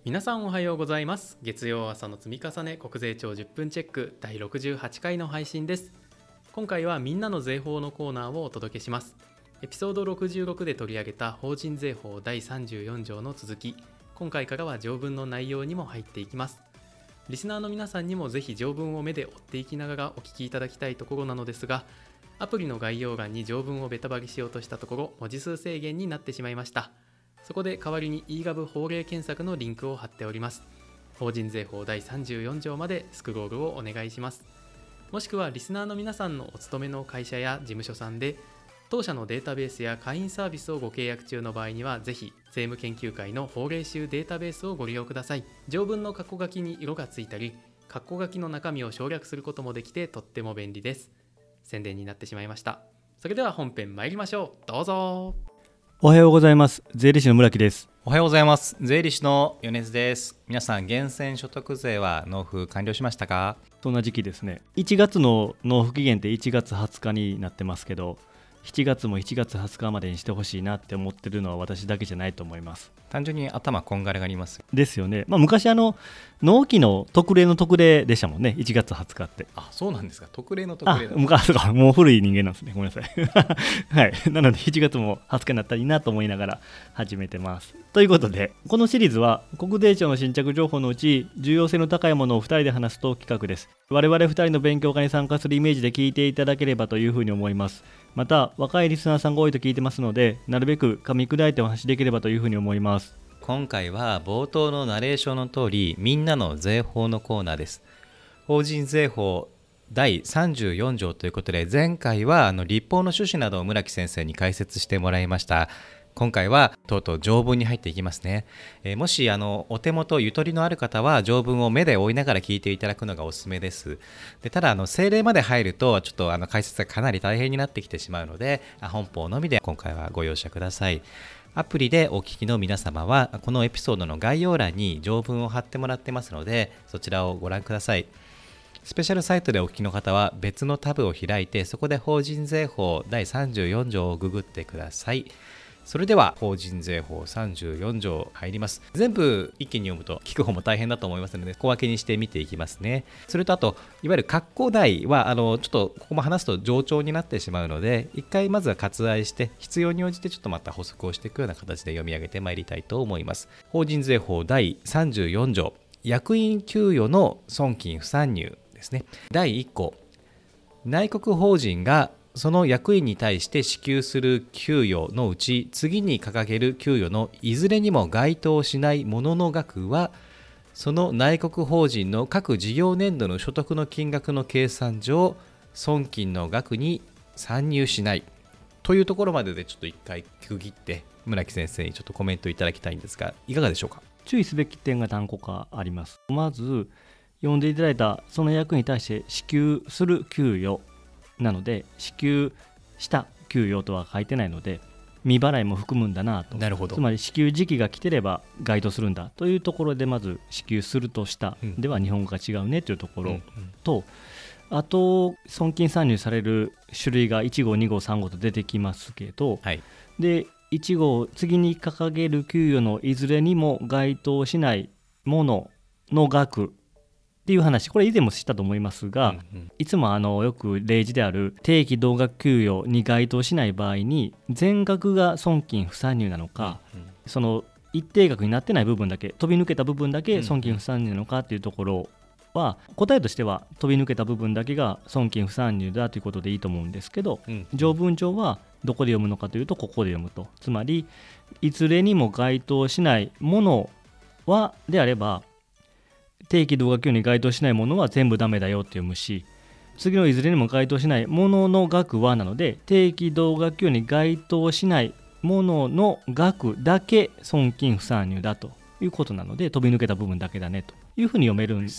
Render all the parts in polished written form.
皆さんおはようございます。月曜朝の積み重ね国税庁10分チェック第68回の配信です。今回はみんなの税法のコーナーをお届けします。エピソード66で取り上げた法人税法第34条の続き、今回からは条文の内容にも入っていきます。リスナーの皆さんにもぜひ条文を目で追っていきながらお聞きいただきたいところなのですが、アプリの概要欄に条文をベタバリしようとしたところ文字数制限になってしまいました。そこで代わりに eGov 法令検索のリンクを貼っております。法人税法第34条までスクロールをお願いします。もしくはリスナーの皆さんのお勤めの会社や事務所さんで当社のデータベースや会員サービスをご契約中の場合には、ぜひ税務研究会の法令集データベースをご利用ください。条文の括弧書きに色がついたり、括弧書きの中身を省略することもできてとっても便利です。宣伝になってしまいました。それでは本編参りましょう。どうぞ。 おはようございます。税理士の村木です。 おはようございます。税理士の米津です。皆さん、源泉所得税は納付完了しましたか？ そんな時期ですね。1月の納付期限って1月20日になってますけど、7月も1月20日までにしてほしいなって思ってるのは私だけじゃないと思います。 単純に頭こんがらがります。 ですよね。昔納期の特例の特例でしたもんね、1月20日って。 あ、そうなんですか。特例の特例だ。 昔とかもう古い人間なんですね。ごめんなさい。はい。なので7月も20日になったらいいなと思いながら始めてます。ということで、このシリーズは国税庁の新着情報のうち重要性の高いものを2人で話すと企画です。我々2人の勉強会に参加するイメージで聞いていただければというふうに思います。また若いリスナーさんが多いと聞いてますので、なるべく噛み砕いてお話しできればというふうに思います。 今回は冒頭のナレーションの通り、みんなの税法のコーナーです。法人税法第34条ということで、前回は立法の趣旨などを村木先生に解説してもらいました。今回はとうとう条文に入っていきますね。もしお手元ゆとりのある方は条文を目で追いながら聞いていただくのがおすすめです。で、ただ政令まで入るとちょっと解説がかなり大変になってきてしまうので、本法のみで今回はご容赦ください。アプリでお聞きの皆様はこのエピソードの概要欄に条文を貼ってもらってますので、そちらをご覧ください。スペシャルサイトでお聞きの方は別のタブを開いて、そこで法人税法第34条をググってください。それでは法人税法34条入ります。全部一気に読むと聞く方も大変だと思いますので、小分けにして見ていきますね。それとあと、いわゆる括弧題はちょっとここも話すと冗長になってしまうので、一回まずは割愛して必要に応じてちょっとまた補足をしていくような形で読み上げてまいりたいと思います。法人税法第34条、役員給与の損金不算入ですね。第1項、内国法人がその役員に対して支給する給与のうち、次に掲げる給与のいずれにも該当しないものの額は、その内国法人の各事業年度の所得の金額の計算上、損金の額に算入しないというところまでで、ちょっと一回区切って村木先生にちょっとコメントいただきたいんですが、いかがでしょうか？ 注意すべき点が何個かあります。まず読んでいただいたその役に対して支給する給与なので、支給した給与とは書いてないので、未払いも含むんだなと。 なるほど。 つまり支給時期が来てれば該当するんだというところで、まず支給するとした、では日本語が違うねというところと、あと損金算入される種類が1号2号3号と出てきますけど、 はい、 で1号、次に掲げる給与のいずれにも該当しないものの額っていう話、これ以前もしたと思いますが、いつもよく例示である定期同額給与に該当しない場合に、全額が損金不算入なのか、その一定額になってない部分だけ、飛び抜けた部分だけ損金不算入なのかっていうところは、答えとしては飛び抜けた部分だけが損金不算入だということでいいと思うんですけど、条文上はどこで読むのかというと、ここで読むと。つまりいずれにも該当しないものはであれば、定期同額給与に該当しないものは全部ダメだよって読むし、次のいずれにも該当しないものの額はなので、定期同額給与に該当しないものの額だけ損金不算入だということなので、飛び抜けた部分だけだねというふうに読めるんです。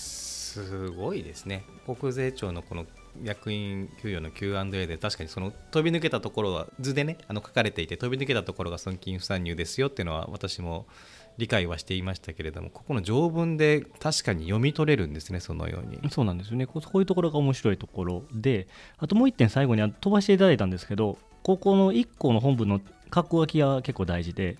すごいですね。国税庁のこの役員給与の Q&A で確かにその飛び抜けたところは図でね書かれていて、飛び抜けたところが損金不算入ですよっていうのは私も理解はしていましたけれども、ここの条文で確かに読み取れるんですね、そのように。 そうなんですよね。こういうところが面白いところで、あともう一点最後に飛ばしていただいたんですけど、ここの1項の本文の括弧書きが結構大事で、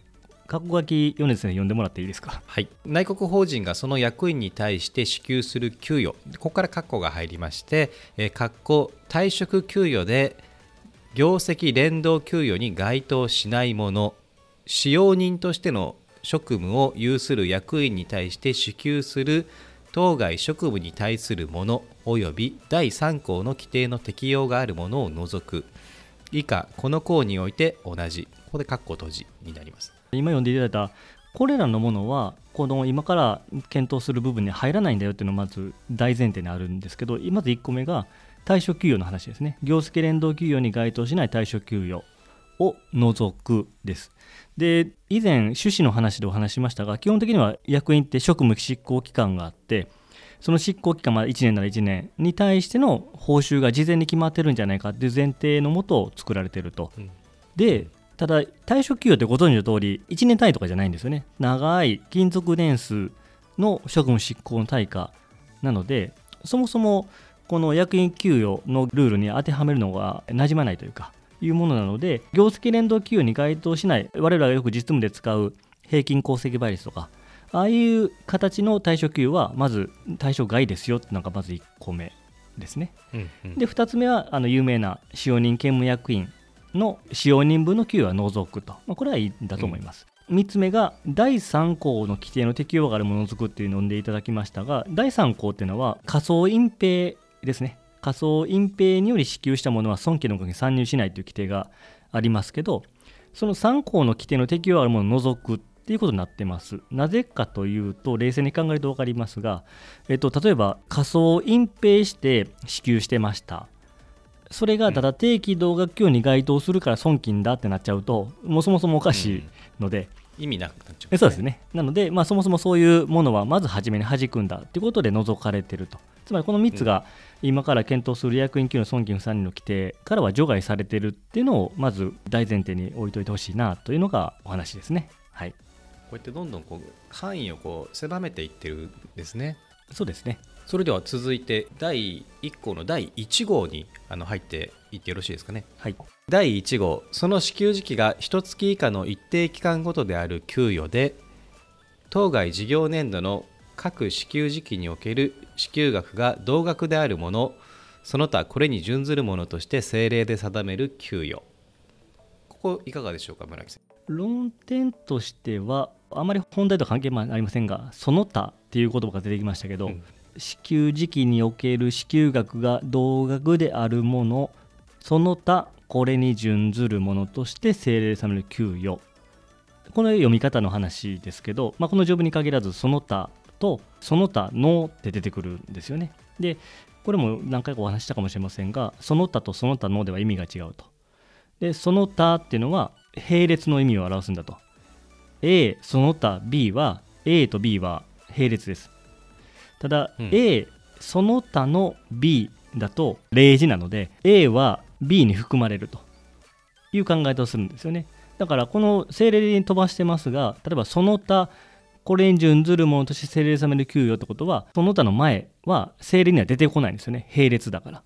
過去書き米津先生読んでもらっていいですか。 はい、内国法人がその役員に対して支給する給与、ここから括弧が入りまして、括弧退職給与で業績連動給与に該当しないもの、使用人としての職務を有する役員に対して支給する当該職務に対するもの及び第3項の規定の適用があるものを除く。以下この項において同じ。ここで括弧閉じになります。 今読んでいただいたこれらのものはこの今から検討する部分に入らないんだよっていうのがまず大前提にあるんですけど、まず1個目が退職給与の話ですね。業績連動給与に該当しない退職給与を除くです。で、以前趣旨の話でお話しましたが、基本的には役員って職務執行期間があって、その執行期間1年なら1年に対しての報酬が事前に決まってるんじゃないかっていう前提のもと作られていると。で、ただ退職給与ってご存知の通り1年単位とかじゃないんですよね。長い勤続年数の職務執行の対価なので、そもそもこの役員給与のルールに当てはめるのが馴染まないというものなので、業績連動給与に該当しない、我々がよく実務で使う平均功績倍率とか、ああいう形の退職給与はまず対象外ですよっていうのがまず1個目ですね。で、2つ目は有名な使用人兼務役員の使用人分の給与は除くと、これはいいんだと思います。3つ目が第3項の規定の適用があるものを除くっていうのを読んでいただきましたが、第3項っていうのは仮想隠蔽ですね。仮想隠蔽により支給したものは損期の額に算入しないという規定がありますけど、その3項の規定の適用があるものを除くっていうことになってます。なぜかというと、冷静に考えると分かりますが、例えば仮想隠蔽して支給してました。それがただ定期同額給与に該当するから損金だってなっちゃうと、もうそもそもおかしいので、 意味なくなっちゃう、 そうですね。なので、そもそもそういうものはまず初めに弾くんだということで除かれていると。つまりこの3つが今から検討する役員給与の損金不算入の規定からは除外されているっていうのをまず大前提に置いといてほしいなというのがお話ですね。はい。 こうやってどんどん範囲を狭めていってるんですね。 そうですね。 それでは続いて第1項の第1号に入っていってよろしいですかね。 はい。 第1号、その支給時期が1月以下の一定期間ごとである給与で、当該事業年度の各支給時期における支給額が同額であるもの、その他これに準ずるものとして政令で定める給与。ここいかがでしょうか、村木さん。 論点としてはあまり本題と関係ありませんが、その他っていう言葉が出てきましたけど、支給時期における支給額が同額であるもの、その他これに準ずるものとして政令で定める給与。この読み方の話ですけど、この条文に限らずその他とその他のって出てくるんですよね。で、これも何回かお話したかもしれませんが、その他とその他のでは意味が違うと。で、その他っていうのは並列の意味を表すんだと。A その他 B は A と B は並列です。ただ、A その他の B だと例示なので A は B に含まれるという考え方をするんですよね。だからこの政令に飛ばしてますが、例えばその他これに準ずるものとして政令で定める給与ってことは、その他の前は政令には出てこないんですよね。並列だから、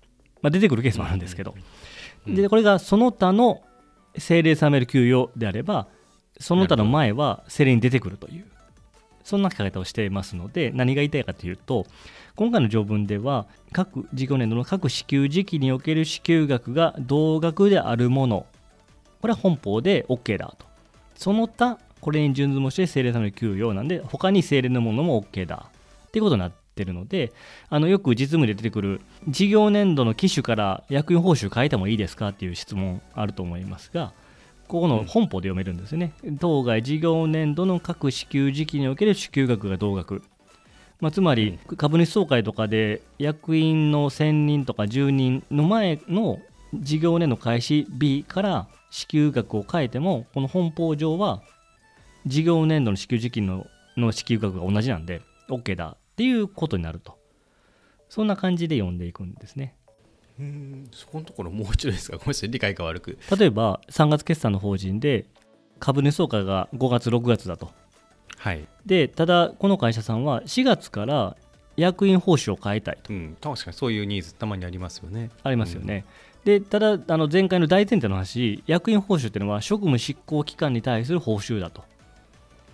出てくるケースもあるんですけど、でこれがその他の政令で定める給与であれば、その他の前は政令に出てくるという、そんな書き方をしていますので、何が言いたいかというと、今回の条文では各事業年度の各支給時期における支給額が同額であるもの、これは本法で OK だと。その他これに準ずるものとして政令で定める給与なんで、他に政令のものも OK だっていうことになっているので、よく実務で出てくる事業年度の期首から役員報酬変えてもいいですかっていう質問あると思いますが、ここの本法で読めるんですよね。当該事業年度の各支給時期における支給額が同額、つまり株主総会とかで役員の選任とか就任の前の事業年度開始日から支給額を変えても、この本法上は事業年度の支給時期の支給額が同じなんで OK だっていうことになると。そんな感じで読んでいくんですね。 そこのところもう一度ですか。ごめんなさい、理解が悪く。 例えば3月決算の法人で株主総会が5月6月だと。 はい。 で、ただこの会社さんは4月から役員報酬を変えたいと。 確かにそういうニーズたまにありますよね。 ありますよね。で、ただ前回の大前提の話、役員報酬っていうのは職務執行機関に対する報酬だと。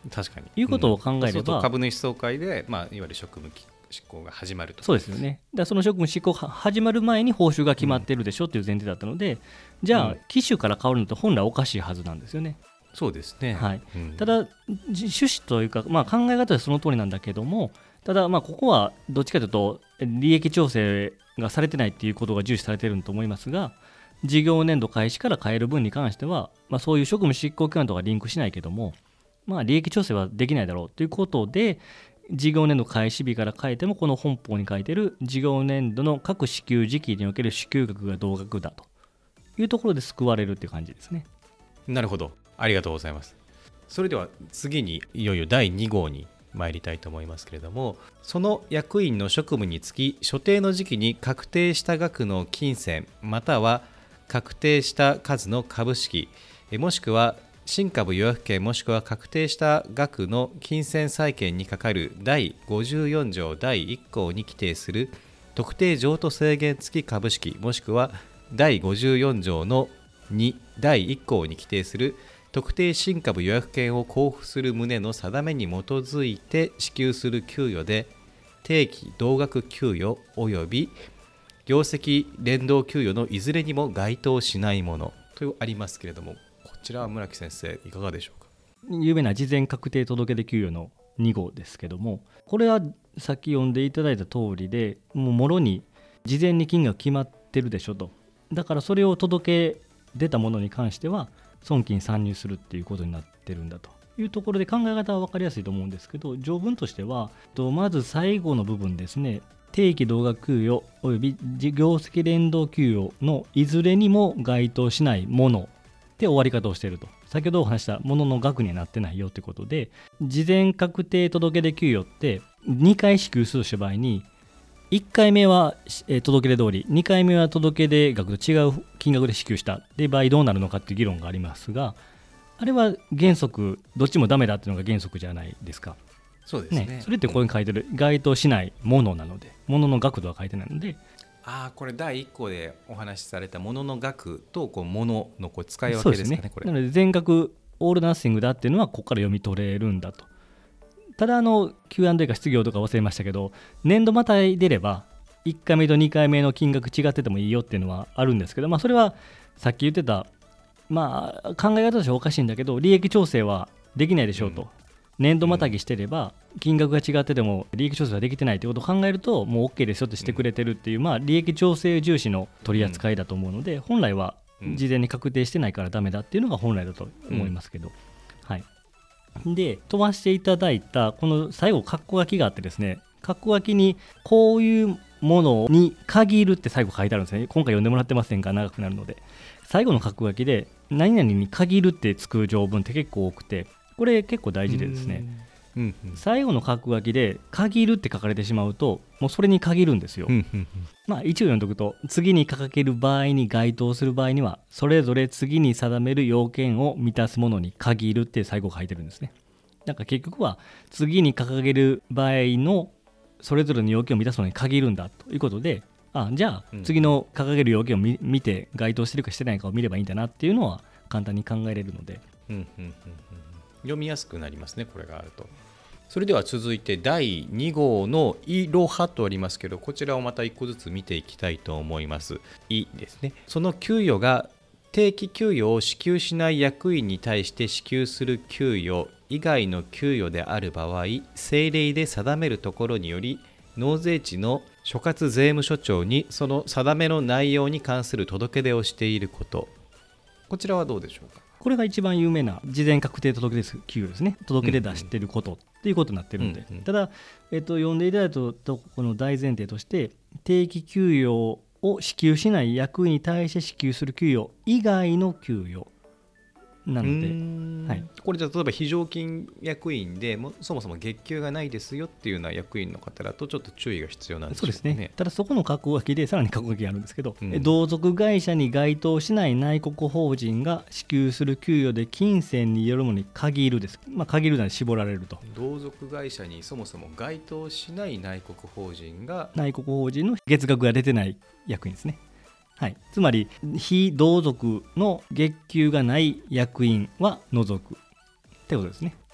確かにいうことを考えれば、 そうすると株主総会で、いわゆる職務執行が始まると。 そうですよね。だからその職務執行が始まる前に報酬が決まってるでしょっていう前提だったので、じゃあ機種から変わるのって本来おかしいはずなんですよね。 そうですね、 はいただ趣旨というか、考え方はその通りなんだけども、ただここはどっちかというと利益調整がされてないっていうことが重視されていると思いますが、事業年度開始から変える分に関しては、そういう職務執行期間とかリンクしないけども、利益調整はできないだろうということで、事業年度開始日から変えてもこの本法に書いている事業年度の各支給時期における支給額が同額だというところで救われるっていう感じですね。 なるほど、ありがとうございます。それでは次にいよいよ第2号に参りたいと思いますけれども、その役員の職務につき所定の時期に確定した額の金銭または確定した数の株式もしくは新株予約権もしくは確定した額の金銭債権に係る第54条第1項に規定する特定譲渡制限付き株式もしくは第54条の2第1項に規定する特定新株予約権を交付する旨の定めに基づいて支給する給与で定期同額給与及び業績連動給与のいずれにも該当しないものとありますけれども、こちらは村木先生いかがでしょうか。 有名な事前確定届出給与の2号ですけども、これはさっき読んでいただいた通りで、もろに事前に金額決まってるでしょと。だからそれを届け出たものに関しては損金参入するっていうことになってるんだというところで、考え方は分かりやすいと思うんですけど、条文としてはまず最後の部分ですね、定期同額給与および業績連動給与のいずれにも該当しないもので終わり方をしていると。先ほどお話したものの額にはなってないよということで、事前確定届出給与って2回支給するとした場合に、1回目は届け出通り、2回目は届け出額と違う金額で支給したで場合どうなるのかっていう議論がありますが、あれは原則どっちもダメだっていうのが原則じゃないですか。 そうですね。 それってここに書いてる該当しないものなので、ものの額とは書いてないので、 これ第1項でお話しされたものの額とものの使い分けですかね。これなので全額オールナッシングだっていうのはここから読み取れるんだと。ただQ&A か質疑とか忘れましたけど、年度またいでれば1回目と2回目の金額違っててもいいよっていうのはあるんですけど、それはさっき言ってた考え方としてはおかしいんだけど、利益調整はできないでしょうと。年度またぎしてれば金額が違ってても利益調整ができてないということを考えるともう OK ですよってしてくれてるっていう、利益調整重視の取り扱いだと思うので、本来は事前に確定してないからダメだっていうのが本来だと思いますけど、で飛ばしていただいたこの最後括弧書きがあってですね、括弧書きにこういうものに限るって最後書いてあるんですね。今回読んでもらってませんか、長くなるので。最後の括弧書きで何々に限るってつく条文って結構多くて、これ結構大事でですね、最後の括弧書きで限るって書かれてしまうともうそれに限るんですよ。一応読んどくと、次に掲げる場合に該当する場合にはそれぞれ次に定める要件を満たすものに限るって最後書いてるんですね。だから結局は次に掲げる場合のそれぞれの要件を満たすのに限るんだということで、じゃあ次の掲げる要件を見て該当してるかしてないかを見ればいいんだなっていうのは簡単に考えれるので、 読みやすくなりますね、これがあると。それでは続いて第2号のいろはとありますけど、こちらをまた1個ずつ見ていきたいと思います。いですね。その給与が定期給与を支給しない役員に対して支給する給与以外の給与である場合、政令で定めるところにより納税地の所轄税務署長にその定めの内容に関する届け出をしていること、こちらはどうでしょうか。 これが一番有名な事前確定届出給与ですね。届け出出していることっていうことになっているので、ただ、読んでいただいたとこの大前提として定期給与を支給しない役員に対して支給する給与以外の給与なので、 これじゃ例えば非常勤役員でそもそも月給がないですよっていうような役員の方だとちょっと注意が必要なんでしょうかね。 そうですね。ただそこの括弧書きでさらに括弧書きがあるんですけど、同族会社に該当しない内国法人が支給する給与で金銭によるものに限るです。限るなら絞られると。 同族会社にそもそも該当しない内国法人が内国法人の月額が出てない役員ですね。つまり非同族の月給がない役員は除くってことですね。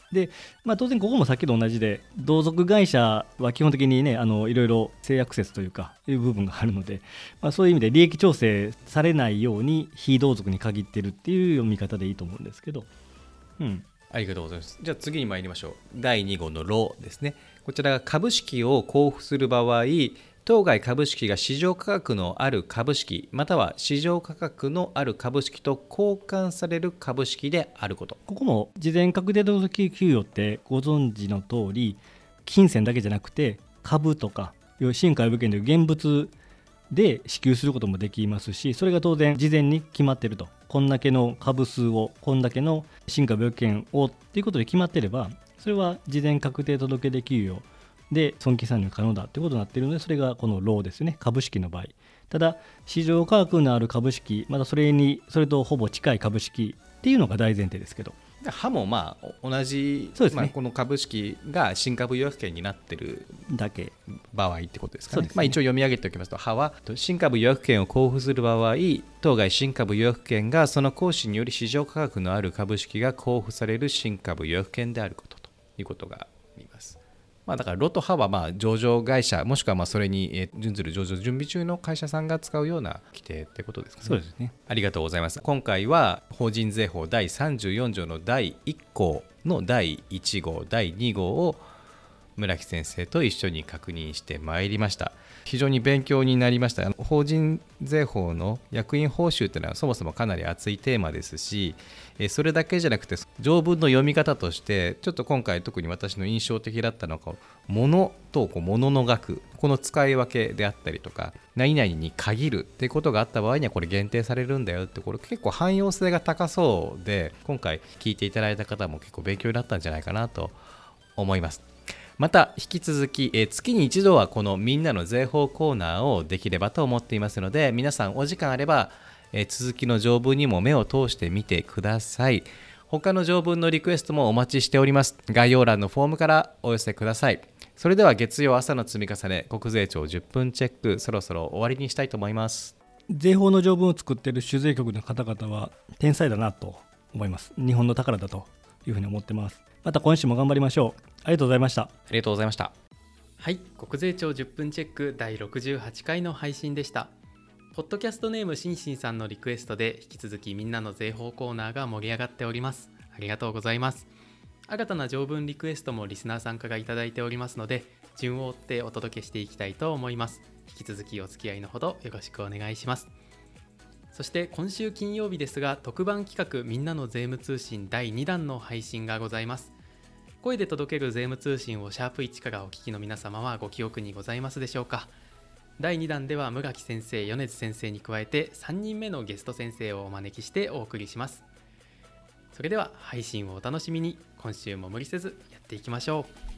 で、当然ここもさっきと同じで同族会社は基本的にねいろいろ性悪説というかいう部分があるので、そういう意味で利益調整されないように非同族に限ってるっていう読み方でいいと思うんですけど、 ありがとうございます。じゃあ次に参りましょう。第2号のローですね。こちらが株式を交付する場合、当該株式が市場価格のある株式または市場価格のある株式と交換される株式であること。 ここも事前確定同族給与ってご存知の通り金銭だけじゃなくて株とか新株券という現物で支給することもできますし、それが当然事前に決まっていると、こんだけの株数をこんだけの新株券をっていうことで決まっていれば、それは事前確定届出給与で損金算入可能だということになっているので、それがこのローですね、株式の場合。ただ市場価格のある株式、またそれとほぼ近い株式っていうのが大前提ですけど、 歯も同じ、 そうですね、 この株式が新株予約権になっているだけ場合ってことですかね。 そうですね。 一応読み上げておきますと、歯は新株予約権を交付する場合、当該新株予約権がその行使により市場価格のある株式が交付される新株予約権であることということがあります。だからロとハは上場会社もしくはそれに準ずる上場準備中の会社さんが使うような規定ってことですかね。 そうですね。 ありがとうございます。今回は法人税法第34条の第1項の第1号第2号を村木先生と一緒に確認してまいりました。非常に勉強になりました。法人税法の役員報酬というのはそもそもかなり熱いテーマですし、それだけじゃなくて条文の読み方としてちょっと今回特に私の印象的だったのが物と物の額、この使い分けであったりとか、何々に限るっていうことがあった場合にはこれ限定されるんだよって、これ結構汎用性が高そうで、今回聞いていただいた方も結構勉強になったんじゃないかなと思います。また引き続き、月に一度はこのみんなの税法コーナーをできればと思っていますので、皆さんお時間あれば、続きの条文にも目を通してみてください。他の条文のリクエストもお待ちしております。概要欄のフォームからお寄せください。それでは月曜朝の積み重ね国税庁10分チェック、そろそろ終わりにしたいと思います。 税法の条文を作っている主税局の方々は天才だなと思います。日本の宝だというふうに思ってます。また今週も頑張りましょう。ありがとうございました。 ありがとうございました。 はい、国税庁10分チェック第68回の配信でした。ポッドキャストネームしんしんさんのリクエストで引き続きみんなの税法コーナーが盛り上がっております。ありがとうございます。新たな条文リクエストもリスナー参加がいただいておりますので、順を追ってお届けしていきたいと思います。引き続きお付き合いのほどよろしくお願いします。そして今週金曜日ですが、特番企画みんなの税務通信第2弾の配信がございます。声で届ける税務通信をシャープ1からお聞きの皆様はご記憶にございますでしょうか。第2弾では村木先生、米津先生に加えて3人目のゲスト先生をお招きしてお送りします。それでは配信をお楽しみに。今週も無理せずやっていきましょう。